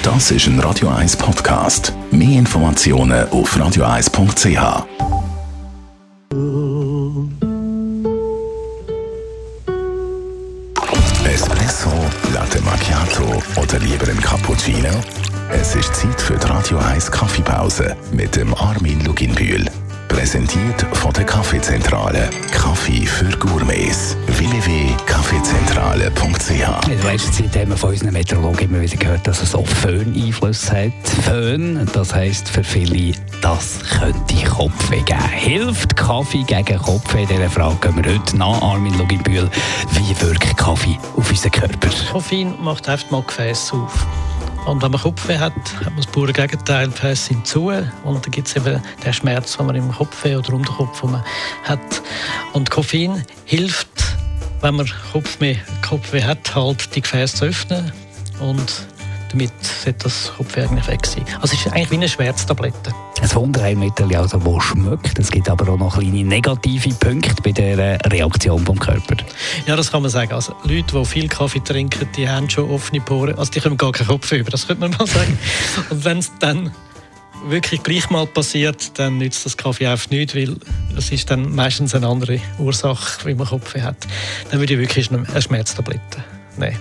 Das ist ein Radio 1 Podcast. Mehr Informationen auf radio1.ch. Espresso, Latte Macchiato oder lieber ein Cappuccino? Es ist Zeit für die Radio 1 Kaffeepause mit dem Armin Luginbühl. Präsentiert von der Kaffeezentrale. Kaffee für Gourmets. www.kaffeezentrale.ch. In der letzten Zeit haben wir von unseren Meteorologen immer wieder gehört, dass es auch Föhn-Einfluss hat. Föhn, das heisst für viele, das könnte Kopfweh geben. Hilft Kaffee gegen Kopfweh? Dieser Frage gehen wir heute nach. Armin Luginbühl, wie wirkt Kaffee auf unseren Körper? Koffein macht einfach mal Gefäße auf. Und wenn man Kopfweh hat, hat man das pure Gegenteil, die Gefäße sind zu. Und dann gibt es eben den Schmerz, den man im Kopfweh oder um den Kopf hat. Und Koffein hilft, wenn man Kopfweh hat, halt die Gefäße zu öffnen. Und damit sollte das Kopfweh eigentlich weg sein. Also es ist eigentlich wie eine Schmerztablette. Ein Wunderheilmittel, also, das schmeckt. Es gibt aber auch noch kleine negative Punkte bei dieser Reaktion vom Körper. Ja, das kann man sagen. Also Leute, die viel Kaffee trinken, die haben schon offene Poren. Also die kommen gar keinen Kopf über, das könnte man mal sagen. Und wenn es dann wirklich gleich mal passiert, dann nützt das Kaffee einfach nichts, weil es ist dann meistens eine andere Ursache, wie man Kopfweh hat. Dann würde ich wirklich eine Schmerztablette nehmen.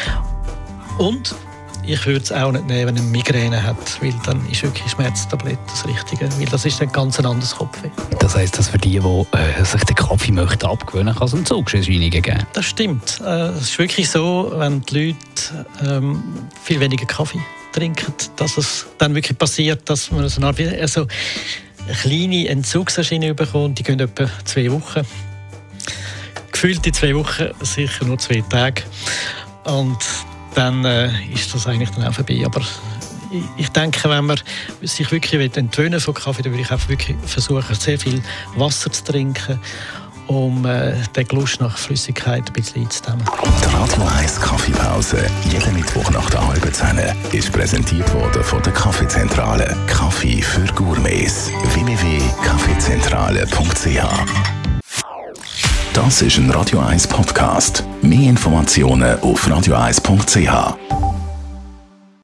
Und ich würde es auch nicht nehmen, wenn man Migräne hat, weil dann ist wirklich Schmerztablette das Richtige, weil das ist ein ganz anderes Kopfweh. Das heisst, dass für die sich den Kaffee abgewöhnen möchten, kann es Entzugserscheinungen geben? Das stimmt. Es ist wirklich so, wenn die Leute viel weniger Kaffee trinken, dass es dann wirklich passiert, dass man so eine kleine Entzugserscheinungen bekommt. Die gehen etwa 2 Wochen. Gefühlt in 2 Wochen sicher nur 2 Tage. Und dann ist das eigentlich dann auch vorbei. Aber ich denke, wenn man sich wirklich entwöhnen von Kaffee, dann würde ich auch wirklich versuchen, sehr viel Wasser zu trinken, um den Genuss nach Flüssigkeit ein bisschen einzudämmen. Die Radio 1 Kaffeepause, jeden Mittwoch nach der 9:30, ist präsentiert worden von der Kaffeezentrale. Kaffee für Gourmets. www.kaffeezentrale.ch. Das ist ein Radio 1 Podcast. Mehr Informationen auf radio1.ch.